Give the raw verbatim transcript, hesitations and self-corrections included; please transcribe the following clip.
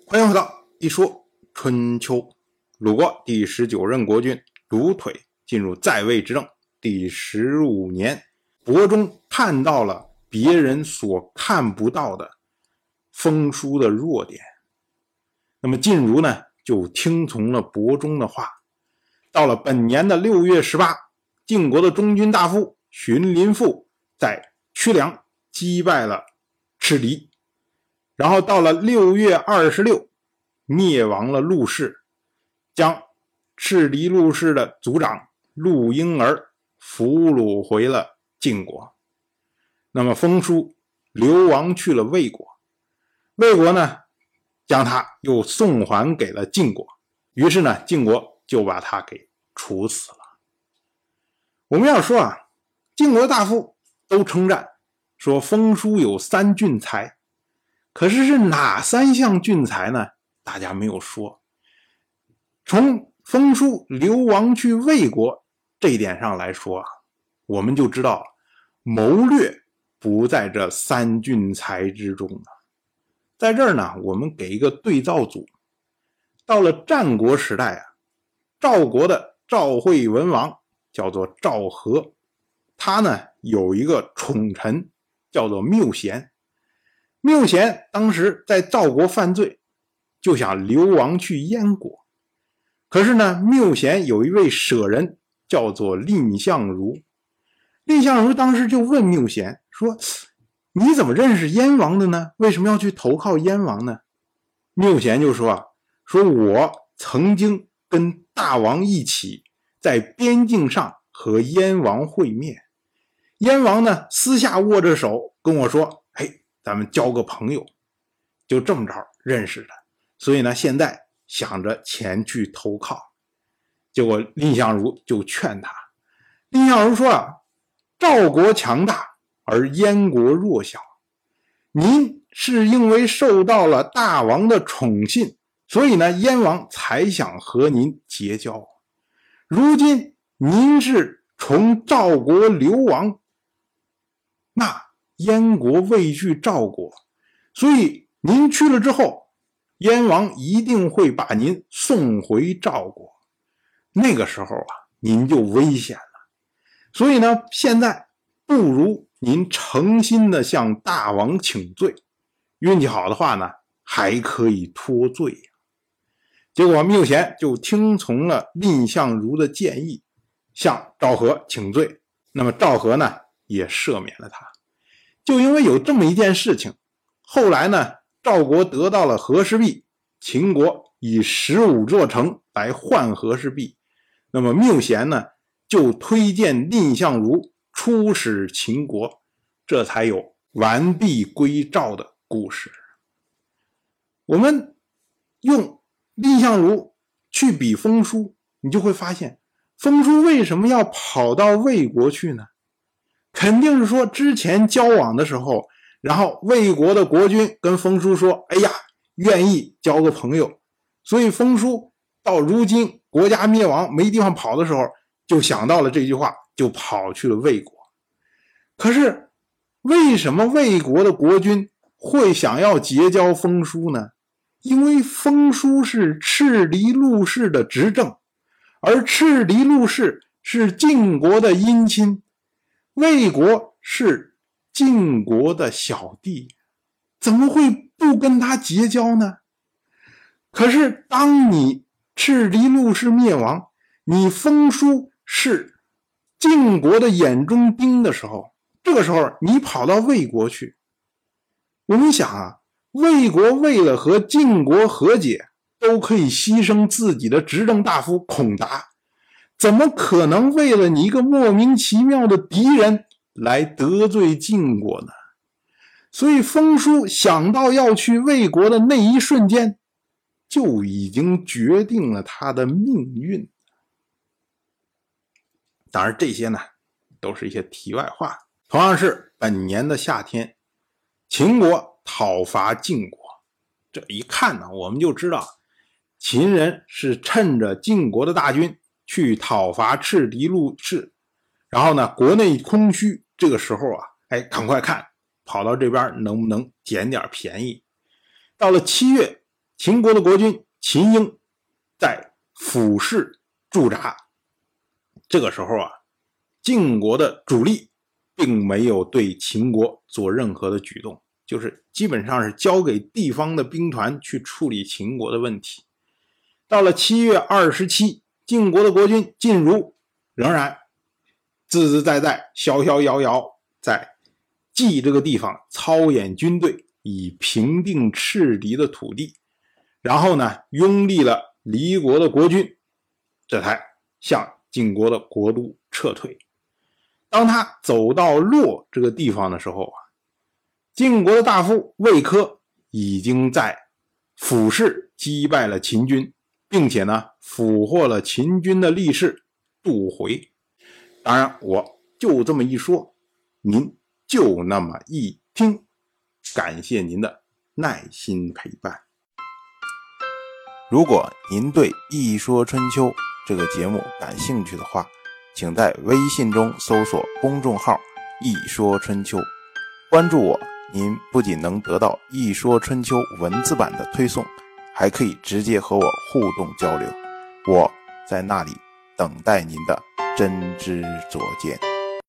欢迎回到一说春秋。鲁国第十九任国君鲁腿进入在位执政第十五年，伯中看到了别人所看不到的封书的弱点。那么晋如呢，就听从了伯中的话。到了本年的六月十八，晋国的中军大夫荀林父在曲梁击败了赤狄。然后到了六月二十六，灭亡了陆氏，将赤狄陆氏的族长陆婴儿俘虏回了晋国。那么封书流亡去了魏国，魏国呢将他又送还给了晋国，于是呢晋国就把他给处死了。我们要说啊，晋国大夫都称赞说封书有三俊才，可是是哪三项俊才呢？大家没有说。从封书流亡去魏国这一点上来说啊，我们就知道谋略不在这三俊才之中啊。在这儿呢，我们给一个对照组。到了战国时代啊，赵国的赵惠文王叫做赵和，他呢有一个宠臣叫做缪贤。缪贤当时在赵国犯罪，就想流亡去燕国。可是呢，缪贤有一位舍人叫做蔺相如。蔺相如当时就问缪贤说，你怎么认识燕王的呢？为什么要去投靠燕王呢？缪贤就说啊，说我曾经跟大王一起在边境上和燕王会面，燕王呢私下握着手跟我说，嘿，咱们交个朋友，就这么着认识的。所以呢，现在想着前去投靠。结果蔺相如就劝他，蔺相如说啊，赵国强大而燕国弱小，您是因为受到了大王的宠信，所以呢燕王才想和您结交。如今您是从赵国流亡，那燕国畏惧赵国，所以您去了之后，燕王一定会把您送回赵国，那个时候啊，您就危险了。所以呢，现在不如您诚心的向大王请罪，运气好的话呢，还可以脱罪。结果缪贤就听从了蔺相如的建议，向赵和请罪。那么赵和呢，也赦免了他。就因为有这么一件事情，后来呢，赵国得到了和氏璧，秦国以十五座城来换和氏璧。那么缪贤呢，就推荐蔺相如出使秦国，这才有完璧归赵的故事。我们用蔺相如去比封书，你就会发现封书为什么要跑到魏国去呢？肯定是说之前交往的时候，然后魏国的国君跟封书说，哎呀，愿意交个朋友，所以封书到如今国家灭亡没地方跑的时候，就想到了这句话，就跑去了魏国。可是为什么魏国的国君会想要结交封书呢？因为封书是赤狄陆氏的执政，而赤狄陆氏是晋国的姻亲，魏国是晋国的小弟，怎么会不跟他结交呢？可是当你赤狄陆氏灭亡，你封书是晋国的眼中钉的时候，这个时候你跑到魏国去。我们想啊，魏国为了和晋国和解，都可以牺牲自己的执政大夫孔达，怎么可能为了你一个莫名其妙的敌人来得罪晋国呢？所以封书想到要去魏国的那一瞬间，就已经决定了他的命运。当然这些呢都是一些题外话。同样是本年的夏天，秦国讨伐晋国，这一看呢，我们就知道秦人是趁着晋国的大军去讨伐赤狄陆氏，然后呢国内空虚，这个时候啊，哎，赶快看跑到这边能不能捡点便宜。到了七月， 秦国的国君秦婴在府市驻扎。这个时候啊，晋国的主力并没有对秦国做任何的举动，就是基本上是交给地方的兵团去处理秦国的问题。到了七月二十七，晋国的国君晋如仍然自自在在逍逍遥遥在冀这个地方操演军队，以平定赤敌的土地，然后呢拥立了离国的国君，这才向晋国的国都撤退。当他走到洛这个地方的时候啊，晋国的大夫魏科已经在府市击败了秦军，并且呢俘获了秦军的力士杜回。当然我就这么一说，您就那么一听，感谢您的耐心陪伴。 如果您对《一说春秋》这个节目感兴趣的话，请在微信中搜索公众号“一说春秋”，关注我，您不仅能得到《一说春秋》文字版的推送，还可以直接和我互动交流。我在那里等待您的真知灼见。